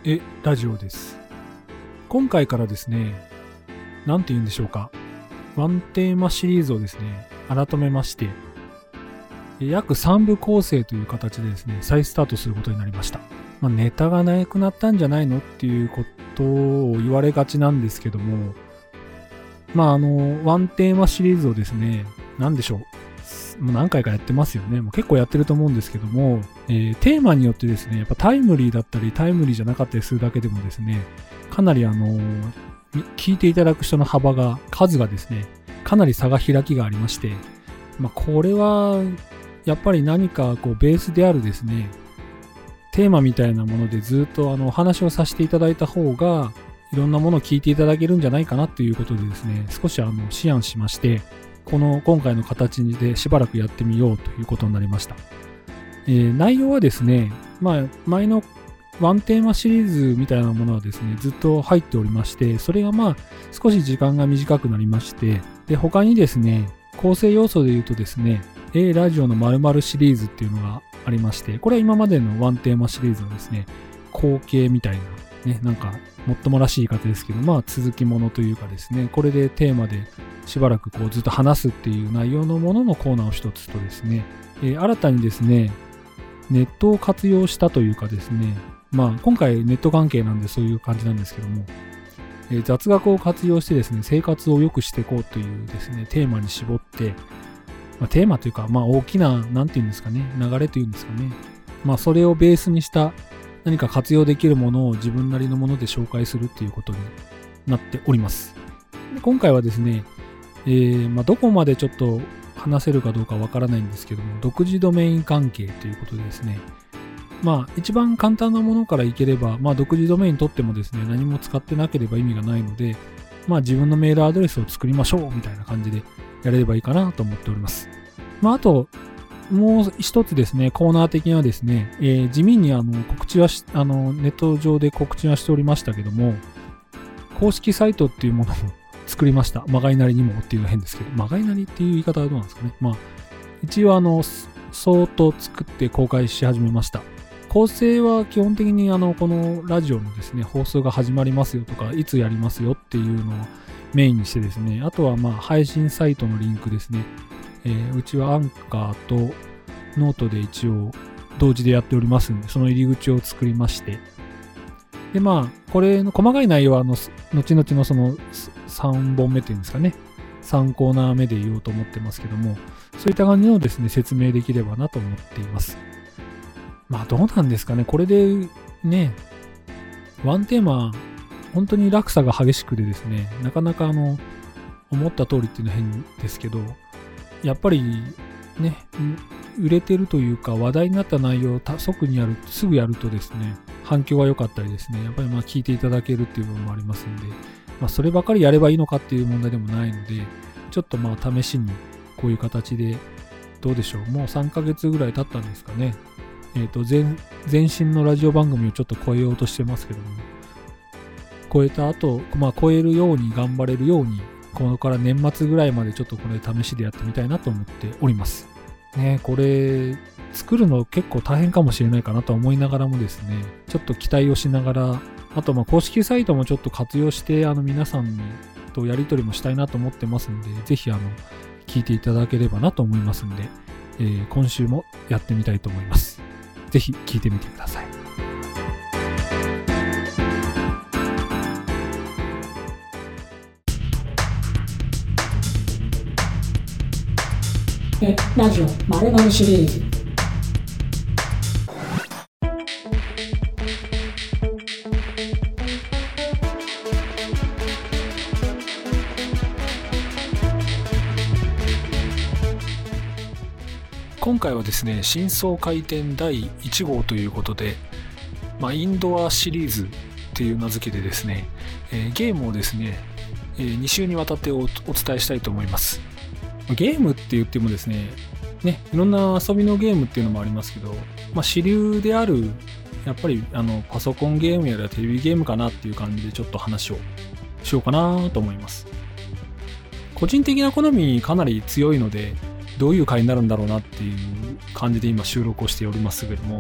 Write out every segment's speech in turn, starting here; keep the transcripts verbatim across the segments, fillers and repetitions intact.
えラジオです。今回からですね、なんて言うんでしょうか、ワンテーマシリーズをですね、改めまして、約さんぶ構成という形でですね、再スタートすることになりました。まあ、ネタがなくなったんじゃないのっていうことを言われがちなんですけども、まああの、ワンテーマシリーズをですね、なんでしょう、もう何回かやってますよね。もう結構やってると思うんですけども、えー、テーマによってですね、やっぱタイムリーだったりタイムリーじゃなかったりするだけでもですね、かなりあのー、聞いていただく人の幅が、数がですね、かなり差が開きがありまして、まあ、これはやっぱり何かこうベースであるですね、テーマみたいなものでずっとあのお話をさせていただいた方が、いろんなものを聞いていただけるんじゃないかなということでですね、少しあの思案しまして、この今回の形でしばらくやってみようということになりました。えー、内容はですね、まあ前のワンテーマシリーズみたいなものはですね、ずっと入っておりまして、それがまあ少し時間が短くなりまして、で他にですね、構成要素で言うとですね、A ラジオの〇〇シリーズっていうのがありまして、これは今までのワンテーマシリーズのですね、後継みたいなね、なんかもっともらしい言い方ですけど、まあ続きものというかですね、これでテーマでしばらくこうずっと話すっていう内容のもののコーナーを一つとですね、えー、新たにですね、ネットを活用したというかですね、まあ今回ネット関係なんでそういう感じなんですけども、えー、雑学を活用してですね、生活を良くしていこうというですね、テーマに絞って、まあ、テーマというか、まあ大きな、なんていうんですかね、流れというんですかね、まあそれをベースにした何か活用できるものを自分なりのもので紹介するっていうことになっております。で今回はですね、えーまあ、どこまでちょっと話せるかどうかわからないんですけども、独自ドメイン関係ということでですね、まあ一番簡単なものからいければ、まあ独自ドメイン取ってもですね、何も使ってなければ意味がないので、まあ自分のメールアドレスを作りましょうみたいな感じでやれればいいかなと思っております。まああと、もう一つですね、コーナー的にはですね、えー、地味にあの告知はし、あのネット上で告知はしておりましたけども、公式サイトっていうものを作りました。まがいなりにもっていうのは変ですけど、まがいなりっていう言い方はどうなんですかね。まあ、一応あの、相当作って公開し始めました。構成は基本的にあの、このラジオのですね、放送が始まりますよとか、いつやりますよっていうのをメインにしてですね、あとはまあ、配信サイトのリンクですね。えー、うちはアンカーとノートで一応同時でやっておりますんで、その入り口を作りまして、でまあ、これの細かい内容はあの、後々のそのさんぼんめっていうんですかね、さんコーナー目で言おうと思ってますけども、そういった感じのですね、説明できればなと思っています。まあどうなんですかね、これでね、ワンテーマ、本当に落差が激しくてですね、なかなかあの、思った通りっていうのは変ですけど、やっぱりね、売れてるというか話題になった内容を即にやる、すぐやるとですね、反響が良かったりですね、やっぱりまあ聞いていただけるっていう部分もありますんで、まあそればかりやればいいのかっていう問題でもないので、ちょっとまあ試しにこういう形で、どうでしょう、もうさんかげつぐらい経ったんですかね。えっと、前、前身のラジオ番組をちょっと超えようとしてますけども、超えた後、まあ超えるように頑張れるように、これから年末ぐらいまでちょっとこれ試しでやってみたいなと思っております。ね、これ作るの結構大変かもしれないかなと思いながらもですね、ちょっと期待をしながら、あとまあ公式サイトもちょっと活用してあの皆さんとやり取りもしたいなと思ってますんで、ぜひあの聞いていただければなと思いますんで、えー、今週もやってみたいと思います。ぜひ聞いてみてください。 ラジオ〇〇シリーズ。 今回はですね、新装開店だいいち号ということで、まあ、インドアシリーズっていう名付けでですね、えー、ゲームをですね、えー、に週にわたって お, お伝えしたいと思います。ゲームって言ってもですね、ね、いろんな遊びのゲームっていうのもありますけど、まあ、主流であるやっぱりあのパソコンゲームやらテレビゲームかなっていう感じでちょっと話をしようかなと思います。個人的な好みかなり強いので、どういう回になるんだろうなっていう感じで今収録をしておりますけれども、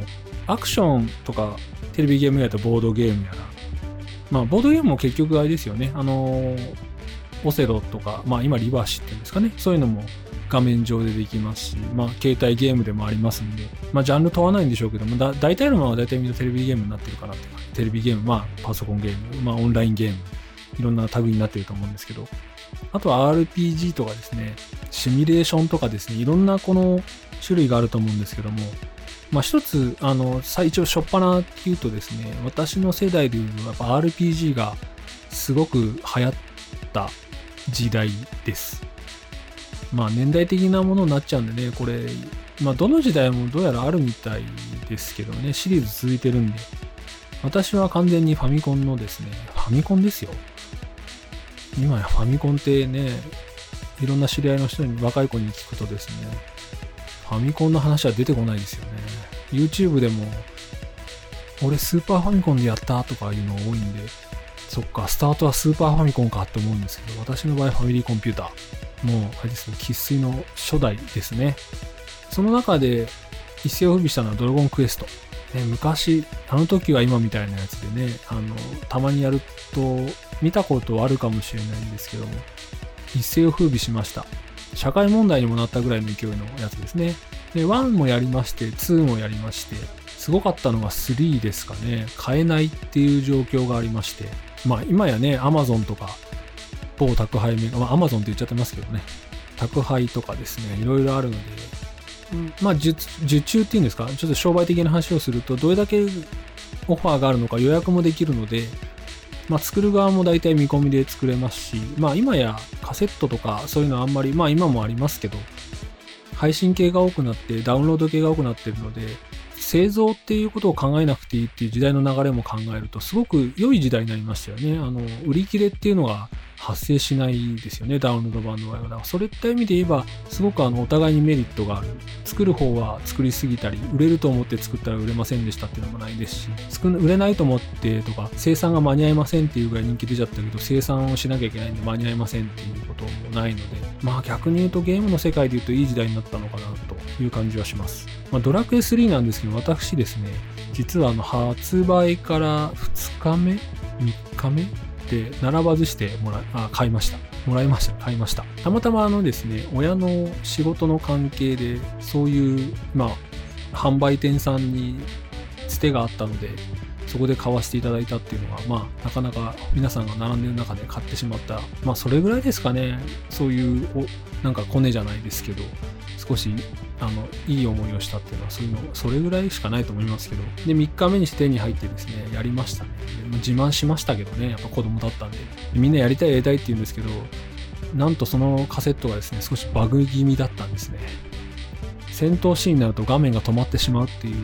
アクションとかテレビゲームやとボードゲームやら、まあボードゲームも結局あれですよね、あのー、オセロとか、まあ今リバーシっていうんですかね、そういうのも画面上でできますし、まあ携帯ゲームでもありますんで、まあジャンル問わないんでしょうけども、だ大体のものは大体みんなテレビゲームになってるかなっていうか、テレビゲーム、まあパソコンゲーム、まあオンラインゲーム、いろんな類になってると思うんですけど、あとは アールピージー とかですね、シミュレーションとかですね、いろんなこの種類があると思うんですけども、まあ一つ、あの、最初、初っ端って言うとですね、私の世代でいうと、やっぱ アールピージー がすごく流行った時代です。まあ年代的なものになっちゃうんでね、これ、まあどの時代もどうやらあるみたいですけどね、シリーズ続いてるんで、私は完全にファミコンのですね、ファミコンですよ。今やファミコンってね、いろんな知り合いの人に、若い子に聞くとですね、ファミコンの話は出てこないですよね。YouTube でも、俺スーパーファミコンでやったとかいうの多いんで、そっか、スタートはスーパーファミコンかって思うんですけど、私の場合ファミリーコンピューター。もう、あれですね、生粋の初代ですね。その中で一世を風靡したのはドラゴンクエスト。ね、昔、あの時は今みたいなやつでね、あの、たまにやると、見たことあるかもしれないんですけども、一世を風靡しました。社会問題にもなったぐらいの勢いのやつですね。で、ワンもやりまして、ツーもやりまして、すごかったのがスリーですかね。買えないっていう状況がありまして、まあ今やね、アマゾンとか、某宅配メーカー、まあアマゾンって言っちゃってますけどね、宅配とかですね、いろいろあるので、うん、まあ受、受注っていうんですか、ちょっと商売的な話をすると、どれだけオファーがあるのか予約もできるので、まあ作る側も大体見込みで作れますし、まあ今やカセットとかそういうのはあんまり、まあ今もありますけど、配信系が多くなってダウンロード系が多くなっているので、製造っていうことを考えなくていいっていう時代の流れも考えるとすごく良い時代になりましたよね。あの売り切れっていうのが発生しないですよね、ダウンロード版の場合は。だからそれって意味で言えばすごくあのお互いにメリットがある。作る方は作りすぎたり、売れると思って作ったら売れませんでしたっていうのもないですし、売れないと思ってとか生産が間に合いませんっていうぐらい人気出ちゃったけど、生産をしなきゃいけないんで間に合いませんっていうこともないので、まあ逆に言うとゲームの世界で言うといい時代になったのかなという感じはします。まあ、ドラクエスリーなんですけど、私ですね、実はあの発売からふつかめ ?みっかめで並ばずしてもらあ買いました。もらいました。買いました。たまたまあのですね、親の仕事の関係で、そういう、まあ、販売店さんにつてがあったので、そこで買わせていただいたっていうのは、まあ、なかなか皆さんが並んでる中で買ってしまった。まあ、それぐらいですかね。そういう、おなんかコネじゃないですけど、少し、あの、いい思いをしたっていうのは、そういうの、それぐらいしかないと思いますけど。で、みっかめにして手に入ってですね、やりましたね。自慢しましたけどね、やっぱ子供だったんで。でみんなやりたいやりたいって言うんですけど、なんとそのカセットがですね、少しバグ気味だったんですね。戦闘シーンになると画面が止まってしまうっていう。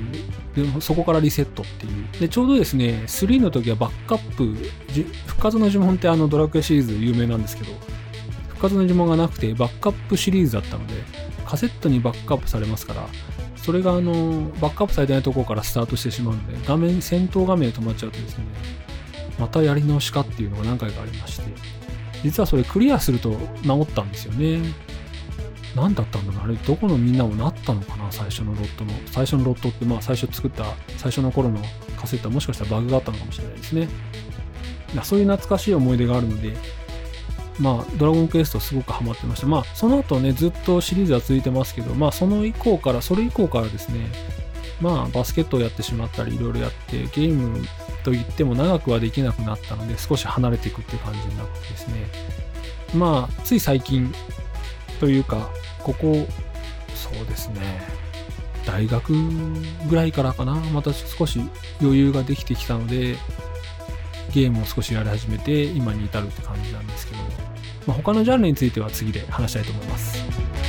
で、そこからリセットっていう。で、ちょうどですね、スリーの時はバックアップ、復活の呪文ってあのドラクエシリーズ有名なんですけど、復活の呪文がなくてバックアップシリーズだったので、カセットにバックアップされますから、それがあの、バックアップされてないところからスタートしてしまうので、画面、戦闘画面で止まっちゃうとですね、またやり直しかっていうのが何回かありまして、実はそれクリアすると治ったんですよね。何だったんだろう、あれどこのみんなもなったのかな、最初のロットの。最初のロットって、まあ最初作った最初の頃のカセットはもしかしたらバグがあったのかもしれないですね。そういう懐かしい思い出があるので、まあドラゴンクエストすごくハマってました。まあその後ね、ずっとシリーズは続いてますけど、まあその以降から、それ以降からですね、まあバスケットをやってしまったりいろいろやって、ゲームと言っても長くはできなくなったので、少し離れていくっていう感じになってですね、まあつい最近というか、ここそうですね、大学ぐらいからかな、また少し余裕ができてきたのでゲームを少しやり始めて今に至るって感じなんですけど、まあ、他のジャンルについては次で話したいと思います。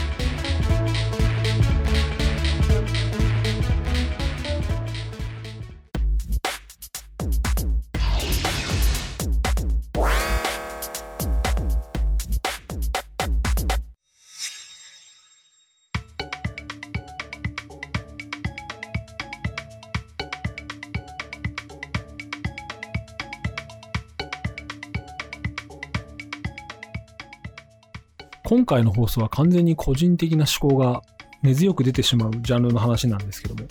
今回の放送は完全に個人的な思考が根強く出てしまうジャンルの話なんですけども、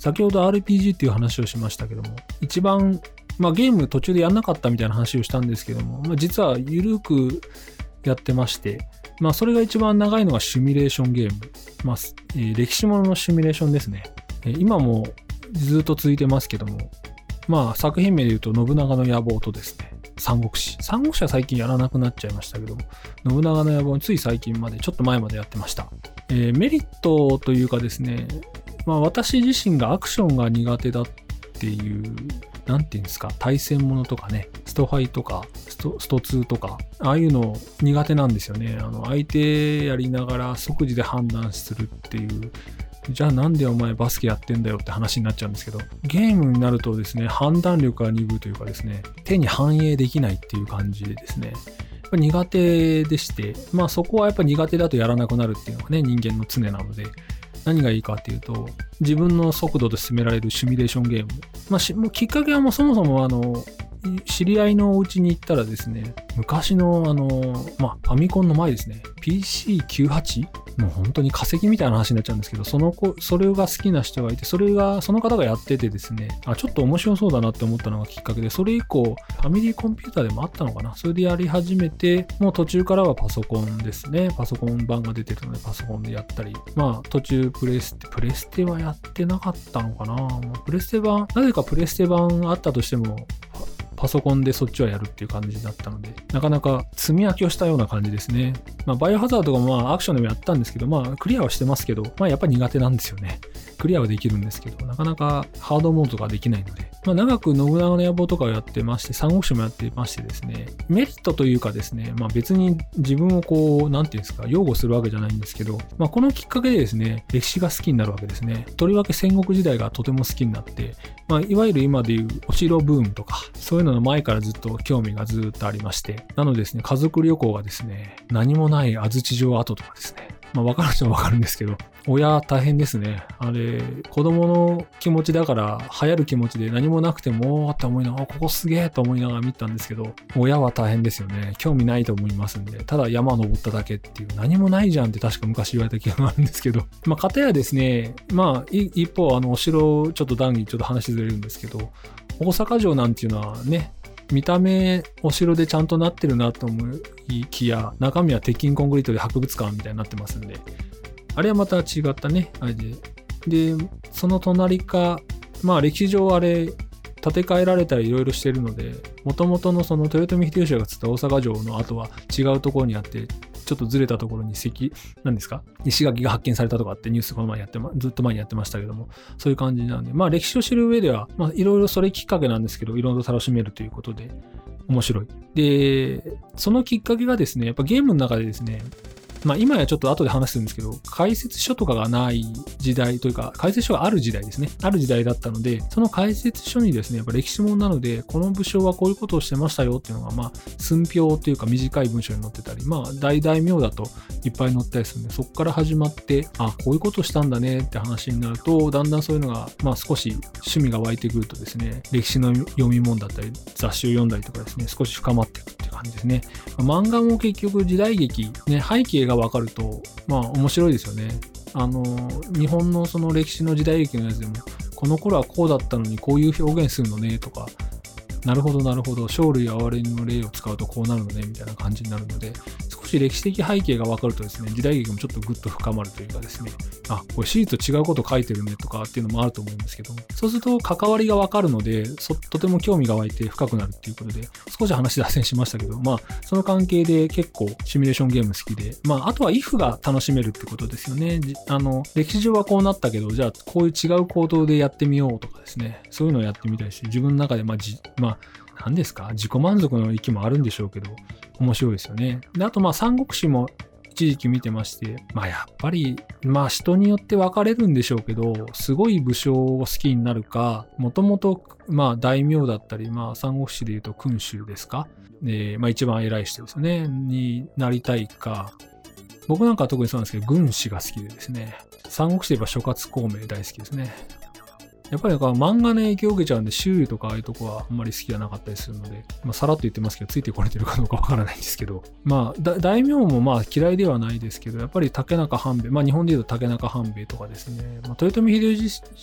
先ほど アールピージー っていう話をしましたけども、一番、まあゲーム途中でやんなかったみたいな話をしたんですけども、まあ、実はゆるくやってまして、まあそれが一番長いのがシミュレーションゲーム。まあ、えー、歴史もののシミュレーションですね。えー、今もずっと続いてますけども、まあ作品名で言うと信長の野望とですね、三国志。三国志は最近やらなくなっちゃいましたけども、信長の野望につい最近まで、ちょっと前までやってました。えー、メリットというかですね、まあ私自身がアクションが苦手だっていう、なんていうんですか、対戦ものとかね、ストファイとか、スト、ストツーとか、ああいうの苦手なんですよね。あの、相手やりながら即時で判断するっていう、じゃあなんでお前バスケやってんだよって話になっちゃうんですけど、ゲームになるとですね、判断力が鈍いというかですね、手に反映できないっていう感じでですね、やっぱ苦手でして、まあそこはやっぱ苦手だとやらなくなるっていうのがね、人間の常なので、何がいいかっていうと、自分の速度で進められるシミュレーションゲーム。まあし、もうきっかけはもうそもそもあの、知り合いのお家に行ったらですね、昔のあの、まあ、ファミコンの前ですね、ピーシーきゅうじゅうはち？ もう本当に化石みたいな話になっちゃうんですけど、その子、それが好きな人がいて、それが、その方がやっててですね、あ、ちょっと面白そうだなって思ったのがきっかけで、それ以降、ファミリーコンピューターでもあったのかな？それでやり始めて、もう途中からはパソコンですね。パソコン版が出てるので、パソコンでやったり、まあ、途中プレステ、プレステはやってなかったのかな？もうプレステ版、なぜかプレステ版あったとしても、パソコンでそっちはやるっていう感じだったので、なかなか積み分けをしたような感じですね。まあ、バイオハザードがまあアクションでもやったんですけど、まあクリアはしてますけど、まあやっぱり苦手なんですよね。クリアはできるんですけど、なかなかハードモードができないので、まあ長く信長の野望とかをやってまして、三国志もやってましてですね、メリットというかですね、まあ別に自分をこう、なんていうんですか、擁護するわけじゃないんですけど、まあこのきっかけでですね、歴史が好きになるわけですね。とりわけ戦国時代がとても好きになって、まあいわゆる今でいうお城ブームとか、そういうのの前からずっと興味がずっとありまして、なのでですね、家族旅行がですね、何もない安土城跡とかですね、まあ分かる人は分かるんですけど、親大変ですね。あれ、子供の気持ちだから流行る気持ちで何もなくても、って思いながら、ここすげえと思いながら見たんですけど、親は大変ですよね。興味ないと思いますんで、ただ山登っただけっていう、何もないじゃんって確か昔言われた気があるんですけど、まあ、かたやですね、まあ、一方、あの、お城、ちょっと談義ちょっと話ずれるんですけど、大阪城なんていうのはね、見た目お城でちゃんとなってるなと思いきや、中身は鉄筋コンクリートで博物館みたいになってますんで、あれはまた違ったね、あれで。で、その隣か、まあ歴史上あれ、建て替えられたりいろいろしてるので、元々のその豊臣秀吉が作った大阪城の後は違うところにあって、ちょっとずれたところに石、何ですか？石垣が発見されたとかってニュースこの前やってま、ずっと前にやってましたけども、そういう感じなんで、まあ歴史を知る上では、まあいろいろそれきっかけなんですけど、いろいろ楽しめるということで、面白い。で、そのきっかけがですね、やっぱゲームの中でですね、まあ今やちょっと後で話するんですけど、解説書とかがない時代というか、解説書がある時代ですね。ある時代だったので、その解説書にですね、やっぱ歴史ものなので、この武将はこういうことをしてましたよっていうのが、まあ、寸評というか短い文章に載ってたり、まあ、大大名だといっぱい載ったりするんで、そこから始まって、あ、こういうことしたんだねって話になると、だんだんそういうのが、まあ少し趣味が湧いてくるとですね、歴史の読み物だったり、雑誌を読んだりとかですね、少し深まっていくっていう感じですね。漫画も結局時代劇、ね、背景がわかると、まあ面白いですよね。あの、日本のその歴史の時代劇のやつでも、この頃はこうだったのにこういう表現するのねとか、なるほどなるほど、生類憐れみの例を使うとこうなるのねみたいな感じになるので、少し歴史的背景がわかるとですね、時代劇もちょっとぐっと深まるというかですね、あ、これシリーズと違うこと書いてるねとかっていうのもあると思うんですけども、そうすると関わりがわかるので、そとても興味が湧いて深くなるっていうことで、少し話脱線しましたけど、まあその関係で結構シミュレーションゲーム好きで、まああとは イフ が楽しめるってことですよね。あの歴史上はこうなったけど、じゃあこういう違う行動でやってみようとかですね、そういうのをやってみたいし、自分の中でまあじまあ何ですか、自己満足の域もあるんでしょうけど、面白いですよね。で、あとまあ三国志も一時期見てまして、まあやっぱり、まあ人によって分かれるんでしょうけど、すごい武将を好きになるか、もともとまあ大名だったり、まあ三国志で言うと君主ですか、えー、まあ一番偉い人ですよね、になりたいか、僕なんかは特にそうなんですけど、軍師が好きでですね、三国志で言えば諸葛孔明大好きですね。やっぱり漫画の影響を受けちゃうんで、周囲とかああいうとこはあんまり好きじゃなかったりするので、まあ、さらっと言ってますけど、ついてこれてるかどうかわからないんですけど、まあ、大名もまあ嫌いではないですけど、やっぱり竹中半兵衛、まあ日本で言うと竹中半兵衛とかですね、まあ、豊臣秀吉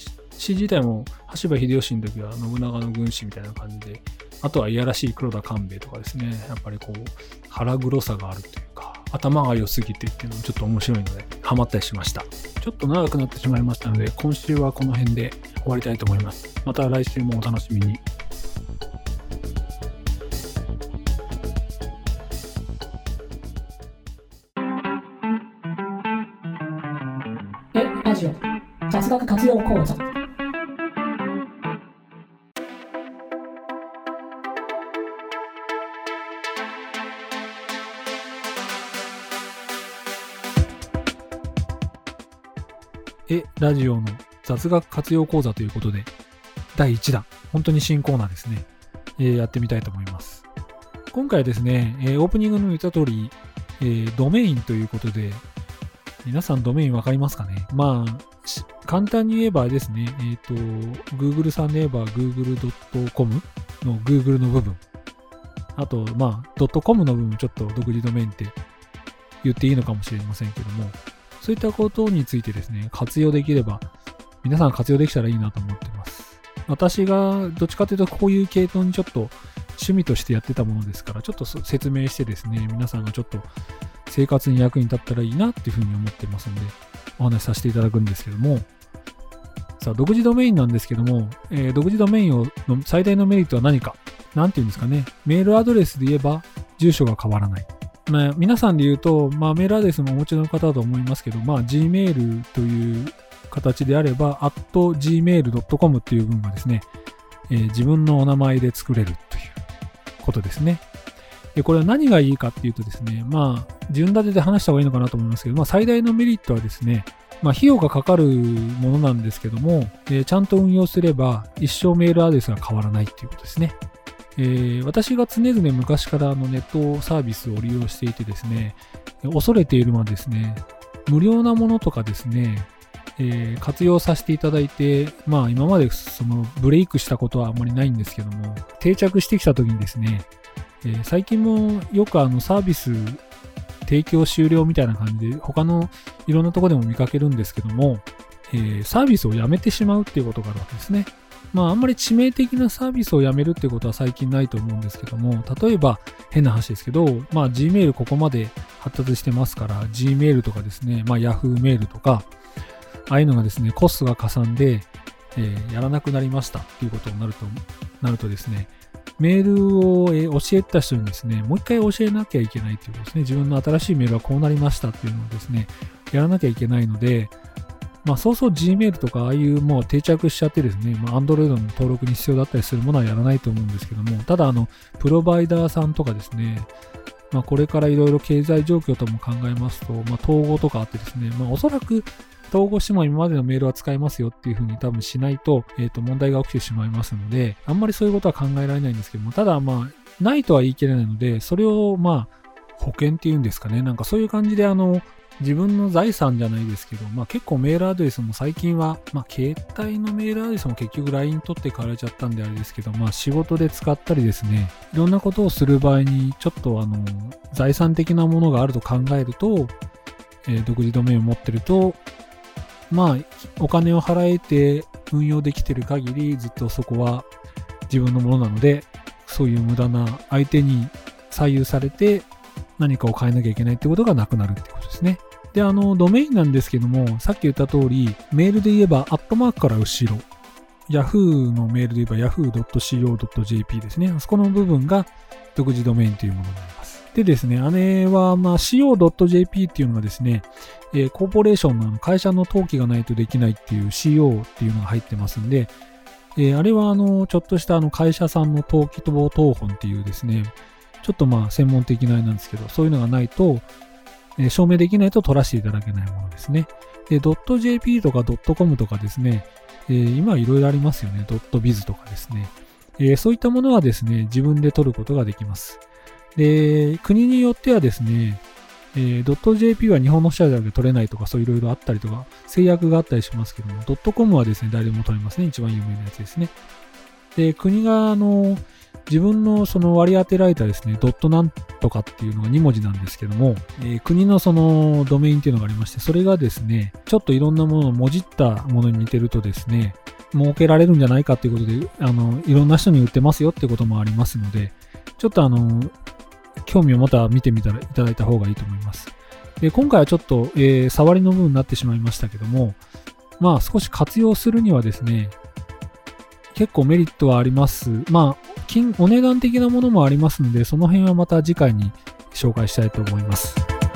詩自体も羽柴秀吉の時は信長の軍師みたいな感じで、あとはいやらしい黒田官兵衛とかですね、やっぱりこう腹黒さがあるというか、頭が良すぎてっていうのもちょっと面白いのでハマったりしました。ちょっと長くなってしまいましたので、今週はこの辺で終わりたいと思います。また来週もお楽しみに。 えラジオ雑学活用講座。 えラジオの雑学活用講座ということでだいいちだん、本当に新コーナーですね、えー、やってみたいと思います。今回はですね、えー、オープニングの言った通り、えー、ドメインということで、皆さんドメインわかりますかね。まあ簡単に言えばですね、えっと Google さんで言えば グーグルドットコム の Google の部分、あとまあ .com の部分ちょっと独自ドメインって言っていいのかもしれませんけども、そういったことについてですね、活用できれば、皆さん活用できたらいいなと思ってます。私がどっちかというとこういう系統にちょっと趣味としてやってたものですから、ちょっと説明してですね、皆さんがちょっと生活に役に立ったらいいなっていうふうに思ってますので、お話しさせていただくんですけども、さあ、独自ドメインなんですけども、えー、独自ドメインをの最大のメリットは何か、なんていうんですかね、メールアドレスで言えば住所が変わらない。まあ、皆さんで言うと、まあ、メールアドレスもお持ちの方だと思いますけど、まあ、Gmail という形であれば、アットジーメールドットコム っていう文がですね、えー、自分のお名前で作れるということですね。で、これは何がいいかっていうとですね、まあ、順立てで話した方がいいのかなと思いますけど、まあ、最大のメリットはですね、まあ、費用がかかるものなんですけども、えー、ちゃんと運用すれば、一生メールアドレスが変わらないっていうことですね。えー、私が常々昔からあのネットサービスを利用していてですね、恐れているのはですね、無料なものとかですね、えー、活用させていただいて、まあ今までそのブレイクしたことはあんまりないんですけども、定着してきた時にですね、えー、最近もよくあのサービス提供終了みたいな感じで他のいろんなところでも見かけるんですけども、えー、サービスをやめてしまうっていうことがあるわけですね。まああんまり致命的なサービスをやめるってことは最近ないと思うんですけども、例えば変な話ですけど、まあ Gmail ここまで発達してますから、Gmail とかですね、まあ Yahoo メールとか、ああいうのがですね、コストがかさんで、えー、やらなくなりましたっていうことになると、なるとですね、メールを、えー、教えた人にですね、もう一回教えなきゃいけないっていうことですね。自分の新しいメールはこうなりましたっていうのをですね、やらなきゃいけないので、まあそうそう Gmail とかああいうもう定着しちゃってですね、まあ Android の登録に必要だったりするものはやらないと思うんですけども、ただあの、プロバイダーさんとかですね、まあこれからいろいろ経済状況とも考えますと、まあ統合とかあってですね、まあおそらく統合しても今までのメールは使えますよっていうふうに多分しないと、えっと問題が起きてしまいますので、あんまりそういうことは考えられないんですけども、ただまあ、ないとは言い切れないので、それをまあ、保険っていうんですかね、なんかそういう感じであの、自分の財産じゃないですけど、まあ結構メールアドレスも最近は、まあ携帯のメールアドレスも結局 ライン 取って買われちゃったんであれですけど、まあ仕事で使ったりですね、いろんなことをする場合にちょっとあの、財産的なものがあると考えると、えー、独自ドメインを持ってると、まあお金を払えて運用できてる限りずっとそこは自分のものなので、そういう無駄な相手に左右されて何かを変えなきゃいけないってことがなくなるってことですね。で、あの、ドメインなんですけども、さっき言った通り、メールで言えば、アットマークから後ろ。Yahoo のメールで言えば ヤフードットシーオードットジェーピー ですね。あそこの部分が独自ドメインというものになります。でですね、あれは、まあ、シーオードットジェーピー っていうのがですね、えー、コーポレーションの会社の登記がないとできないっていう シーオー っていうのが入ってますんで、えー、あれは、あの、ちょっとしたあの会社さんの登記等等本っていうですね、ちょっとまあ、専門的なあれなんですけど、そういうのがないと、えー、証明できないと取らせていただけないものですね。で、.jp とか .com とかですね、えー、今はいろいろありますよね。.biz とかですね、えー。そういったものはですね、自分で取ることができます。で、国によってはですね、えー、.jp は日本の社だけ取れないとか、そういろいろあったりとか、制約があったりしますけども、.com はですね、誰でも取れますね。一番有名なやつですね。で、国が、あの、自分のその割り当てられたですね、ドットなんとかっていうのがに文字なんですけども、えー、国のそのドメインっていうのがありまして、それがですね、ちょっといろんなものをもじったものに似てるとですね、 設けられるんじゃないかということで、あの、いろんな人に売ってますよってこともありますので、ちょっとあの、興味を持ったら見てみたらいただいた方がいいと思います。で、今回はちょっと、えー、触りの部分になってしまいましたけども、まあ少し活用するにはですね、結構メリットはあります。まあ、金、お値段的なものもありますので、その辺はまた次回に紹介したいと思います。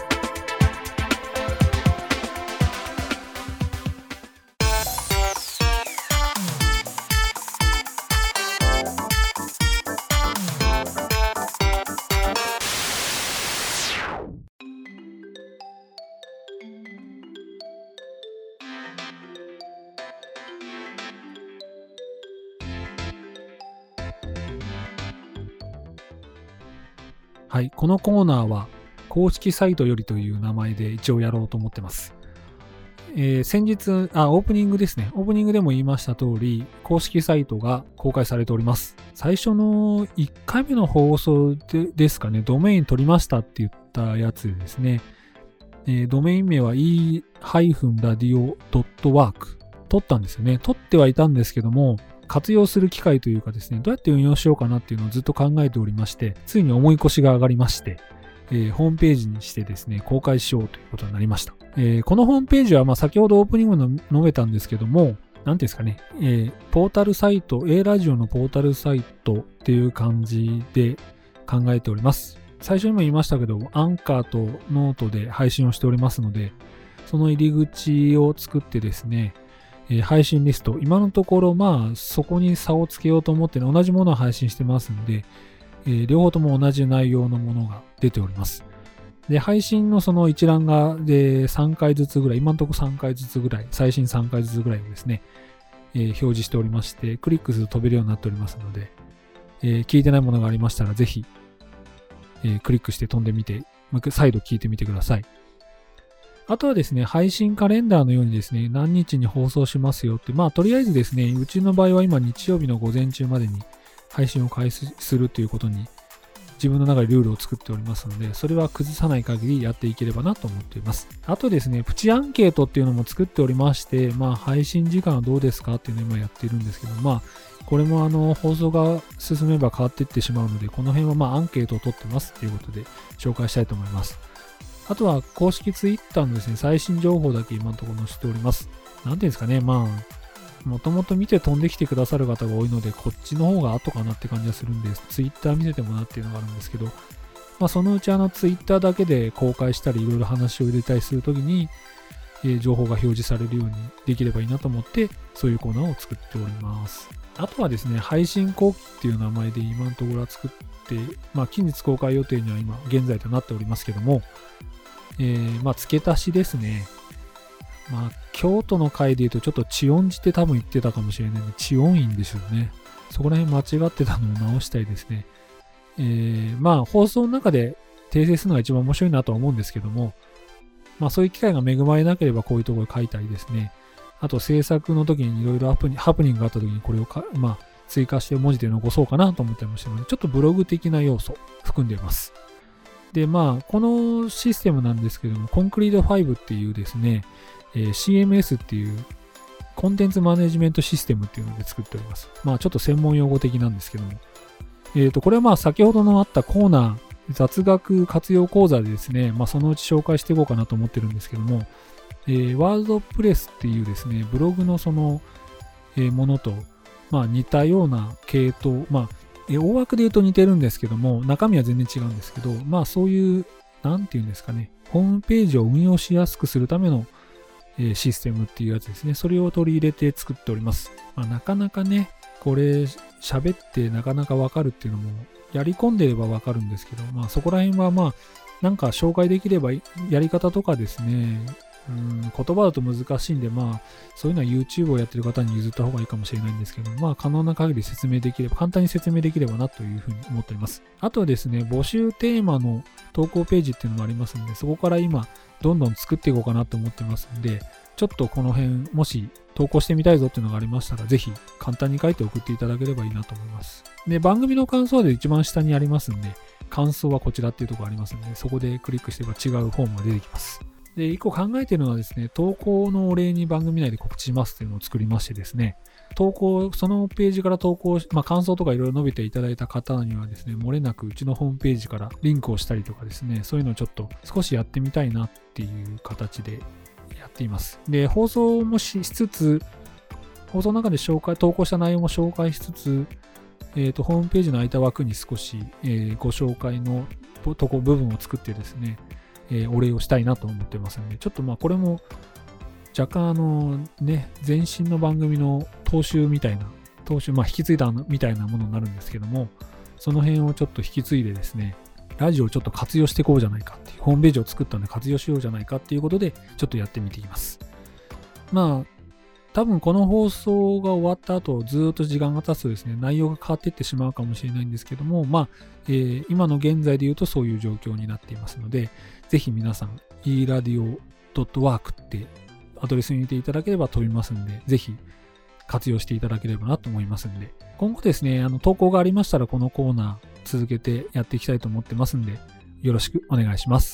はい、このコーナーは公式サイトよりという名前で一応やろうと思ってます。えー、先日あ、オープニングですね。オープニングでも言いました通り、公式サイトが公開されております。最初のいっかいめの放送 で, ですかね、ドメイン取りましたって言ったやつですね。えー、ドメイン名は イー ラディオ ドット ワーク 取ったんですよね。取ってはいたんですけども、活用する機会というかですね、どうやって運用しようかなっていうのをずっと考えておりまして、ついに重い腰が上がりまして、えー、ホームページにしてですね、公開しようということになりました。えー、このホームページは、まあ、先ほどオープニングで述べたんですけども、なんていうんですかね、えー、ポータルサイト、A ラジオのポータルサイトっていう感じで考えております。最初にも言いましたけど、アンカーとノートで配信をしておりますので、その入り口を作ってですね、えー、配信リスト、今のところまあそこに差をつけようと思って、ね、同じものを配信してますんで、えー、両方とも同じ内容のものが出ております。で、配信のその一覧がでさんかいずつぐらい、今のところさんかいずつぐらい、最新さんかいずつぐらいをですね、えー、表示しておりまして、クリックすると飛べるようになっておりますので、えー、聞いてないものがありましたらぜひ、えー、クリックして飛んでみて、もう一回再度聞いてみてください。あとはですね、配信カレンダーのようにですね、何日に放送しますよって、まあとりあえずですね、うちの場合は今日曜日の午前中までに配信を開始するということに自分の中でルールを作っておりますので、それは崩さない限りやっていければなと思っています。あとですね、プチアンケートっていうのも作っておりまして、まあ配信時間はどうですかっていうのを今やっているんですけど、まあこれもあの放送が進めば変わっていってしまうので、この辺はまあアンケートを取ってますっていうことで紹介したいと思います。あとは公式ツイッターのですね、最新情報だけ今のところ載せております。なんていうんですかね、まあ、もともと見て飛んできてくださる方が多いので、こっちの方が後かなって感じがするんで、ツイッター見せてもらっていうのがあるんですけど、まあそのうちあのツイッターだけで公開したり、いろいろ話を入れたりするときに、えー、情報が表示されるようにできればいいなと思って、そういうコーナーを作っております。あとはですね、配信後期っていう名前で今のところは作って、まあ近日公開予定には今現在となっておりますけども、えー、まあ付け足しですね。まあ京都の回で言うとちょっと地音寺って多分言ってたかもしれないので、地音院ですよね。そこら辺間違ってたのを直したいですね。えー、まあ放送の中で訂正するのが一番面白いなとは思うんですけども、まあそういう機会が恵まれなければこういうところ書いたりですね。あと制作の時にいろいろハプニングがあった時にこれをか、まあ、追加して文字で残そうかなと思ってましたので、ちょっとブログ的な要素含んでいます。で、まあ、このシステムなんですけども、コンクリートファイブっていうですね、えー、シーエムエス っていうコンテンツマネジメントシステムっていうので作っております。まあ、ちょっと専門用語的なんですけども。えっと、これはまあ、先ほどのあったコーナー、雑学活用講座でですね、まあ、そのうち紹介していこうかなと思ってるんですけども、えー、ワードプレスっていうですね、ブログのその、えー、ものと、まあ似たような系統、まあ、えー、大枠で言うと似てるんですけども、中身は全然違うんですけど、まあそういう、なんていうんですかね、ホームページを運用しやすくするための、えー、システムっていうやつですね。それを取り入れて作っております。まあなかなかね、これ喋ってなかなかわかるっていうのも、やり込んでればわかるんですけど、まあそこら辺はまあ、なんか紹介できればやり方とかですね、うん、言葉だと難しいんで、まあ、そういうのは YouTube をやってる方に譲った方がいいかもしれないんですけど、まあ、可能な限り説明できれば、簡単に説明できればなというふうに思っております。あとはですね、募集テーマの投稿ページっていうのもありますので、そこから今、どんどん作っていこうかなと思ってますんで、ちょっとこの辺、もし投稿してみたいぞっていうのがありましたら、ぜひ簡単に書いて送っていただければいいなと思います。で、番組の感想で一番下にありますんで、感想はこちらっていうところありますので、そこでクリックしてれば違うフォームが出てきます。で、一個考えているのはですね、投稿のお礼に番組内で告知しますっていうのを作りましてですね、 投稿、そのページから投稿、まあ、感想とかいろいろ述べていただいた方にはですね、漏れなくうちのホームページからリンクをしたりとかですね、そういうのをちょっと少しやってみたいなっていう形でやっています。で、放送もしつつ、放送の中で紹介、投稿した内容も紹介しつつ、えっと、ホームページの空いた枠に少し、えー、ご紹介のとこ部分を作ってですね、えー、お礼をしたいなと思ってますので、ちょっとまあこれも若干あのね、前身の番組の踏襲みたいな、踏襲、まあ引き継いだみたいなものになるんですけども、その辺をちょっと引き継いでですね、ラジオをちょっと活用していこうじゃないかっていう、ホームページを作ったので活用しようじゃないかっていうことで、ちょっとやってみています。まあ、多分この放送が終わった後、ずっと時間が経つとですね、内容が変わっていってしまうかもしれないんですけども、まあ、えー、今の現在で言うとそういう状況になっていますので、ぜひ皆さん、イーラディオドットワーク ってアドレスに入れていただければ飛びますので、ぜひ活用していただければなと思いますので、今後ですね、あの投稿がありましたらこのコーナー続けてやっていきたいと思ってますんで、よろしくお願いします。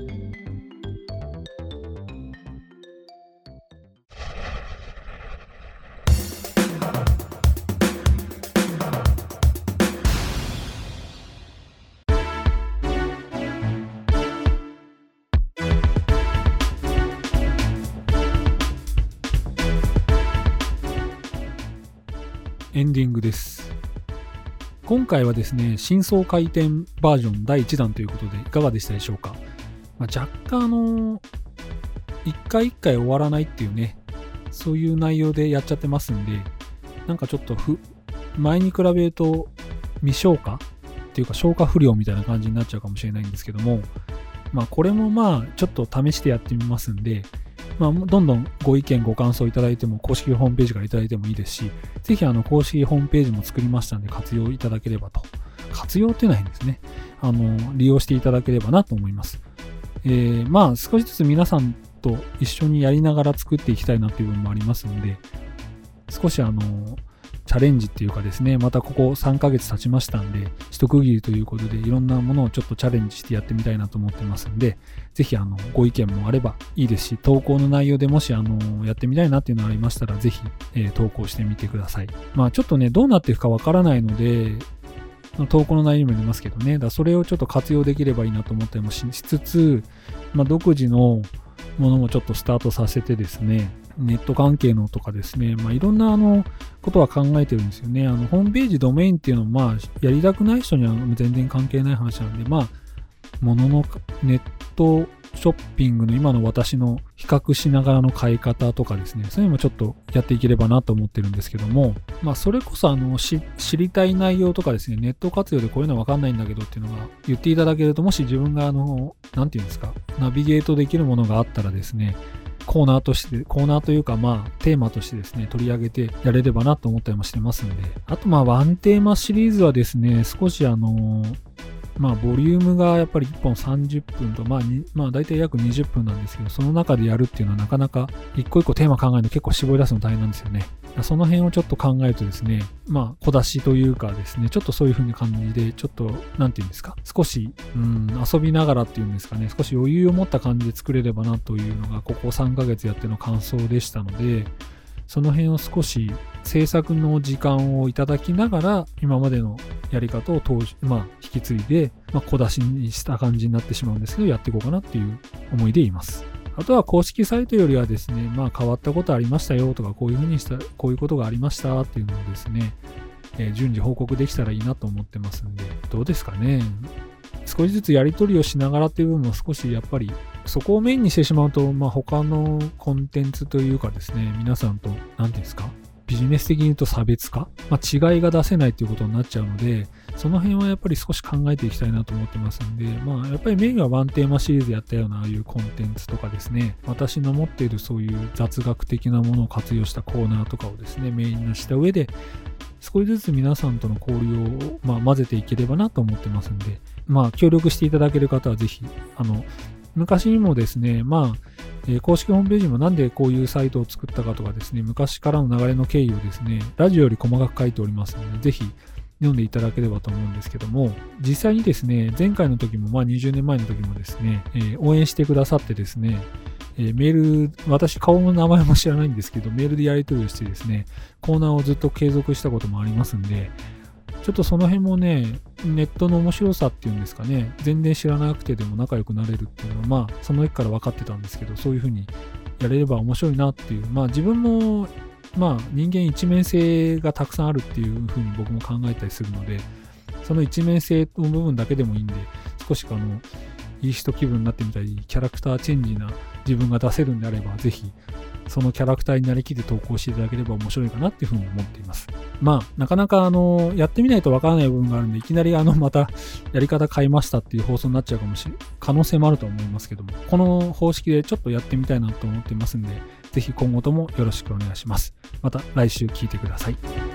エンディングです。今回はですね、新装開店バージョンだいいちだんということでいかがでしたでしょうか。まあ、若干あの一回一回終わらないっていうね、そういう内容でやっちゃってますんで、なんかちょっとふ前に比べると未消化っていうか消化不良みたいな感じになっちゃうかもしれないんですけども、まあこれもまあちょっと試してやってみますんで、まあ、どんどんご意見ご感想いただいても公式ホームページからいただいてもいいですし、ぜひあの公式ホームページも作りましたので活用いただければと。活用っていうのは変ですね。あの利用していただければなと思います。えー、まあ少しずつ皆さんと一緒にやりながら作っていきたいなという部分もありますので、少しあのチャレンジっていうかですね、またここさんかげつ経ちましたんで、一区切りということでいろんなものをちょっとチャレンジしてやってみたいなと思ってますんで、ぜひあのご意見もあればいいですし、投稿の内容でもしあのやってみたいなっていうのがありましたら、ぜひ、えー、投稿してみてください。まあちょっとね、どうなっていくかわからないので、投稿の内容にもよりますけどね、だそれをちょっと活用できればいいなと思ったりもしつつ、まあ、独自のものもちょっとスタートさせてですね、ネット関係のとかですね、まあ、いろんなあのことは考えてるんですよね。あのホームページ、ドメインっていうのは、まあ、やりたくない人には全然関係ない話なんで、まあ、もののネットショッピングの今の私の比較しながらの買い方とかですね、そういうのもちょっとやっていければなと思ってるんですけども、まあ、それこそあのし知りたい内容とかですね、ネット活用でこういうのわかんないんだけどっていうのが言っていただけると、もし自分があの、なんていうんですか、ナビゲートできるものがあったらですね、コーナーとして、コーナーというかまあテーマとしてですね、取り上げてやれればなと思ったりもしてますんで、あとまあワンテーマシリーズはですね、少しあの、まあボリュームがやっぱりいっぽんさんじゅっぷんと、まあに、まあ大体約にじゅっぷんなんですけど、その中でやるっていうのはなかなか一個一個テーマ考えるの結構絞り出すの大変なんですよね。その辺をちょっと考えるとですね、まあ小出しというかですね、ちょっとそういう風な感じで、ちょっと、なんていうんですか、少し、うん、遊びながらっていうんですかね、少し余裕を持った感じで作れればなというのが、ここさんかげつやっての感想でしたので、その辺を少し制作の時間をいただきながら、今までのやり方を通し、まあ、引き継いで、まあ、小出しにした感じになってしまうんですけど、やっていこうかなっていう思いでいます。あとは公式サイトよりはですね、まあ変わったことありましたよとか、こういうふうにした、こういうことがありましたっていうのをですね、えー、順次報告できたらいいなと思ってますんで、どうですかね。少しずつやり取りをしながらっていう部分も少しやっぱり、そこをメインにしてしまうと、まあ他のコンテンツというかですね、皆さんと、なんていうんですか、ビジネス的に言うと差別化、まあ、違いが出せないっていうことになっちゃうので、その辺はやっぱり少し考えていきたいなと思ってますんで、まあやっぱりメインはワンテーマシリーズやったようなああいうコンテンツとかですね、私の持っているそういう雑学的なものを活用したコーナーとかをですね、メインにした上で、少しずつ皆さんとの交流を、まあ、混ぜていければなと思ってますんで、まあ協力していただける方はぜひ、あの、昔にもですね、まあ、えー、公式ホームページにもなんでこういうサイトを作ったかとかですね、昔からの流れの経緯をですね、ラジオより細かく書いておりますので、ぜひ読んでいただければと思うんですけども、実際にですね、前回の時も、まあにじゅうねんまえの時もですね、えー、応援してくださってですね、 えー、メール、私顔も名前も知らないんですけど、メールでやり取りをしてですね、コーナーをずっと継続したこともありますんで、ちょっとその辺もね、ネットの面白さっていうんですかね、全然知らなくてでも仲良くなれるっていうのは、まあ、その時から分かってたんですけど、そういうふうにやれれば面白いなっていう、まあ自分も、まあ人間一面性がたくさんあるっていうふうに僕も考えたりするので、その一面性の部分だけでもいいんで、少しあの、いい人気分になってみたり、キャラクターチェンジな自分が出せるんであれば、ぜひ、そのキャラクターになりきって投稿していただければ面白いかなっていうふうに思っています。まあ、なかなかあの、やってみないとわからない部分があるんで、いきなりあの、また、やり方変えましたっていう放送になっちゃうかもしれ、可能性もあると思いますけども、この方式でちょっとやってみたいなと思っていますんで、ぜひ今後ともよろしくお願いします。また来週聞いてください。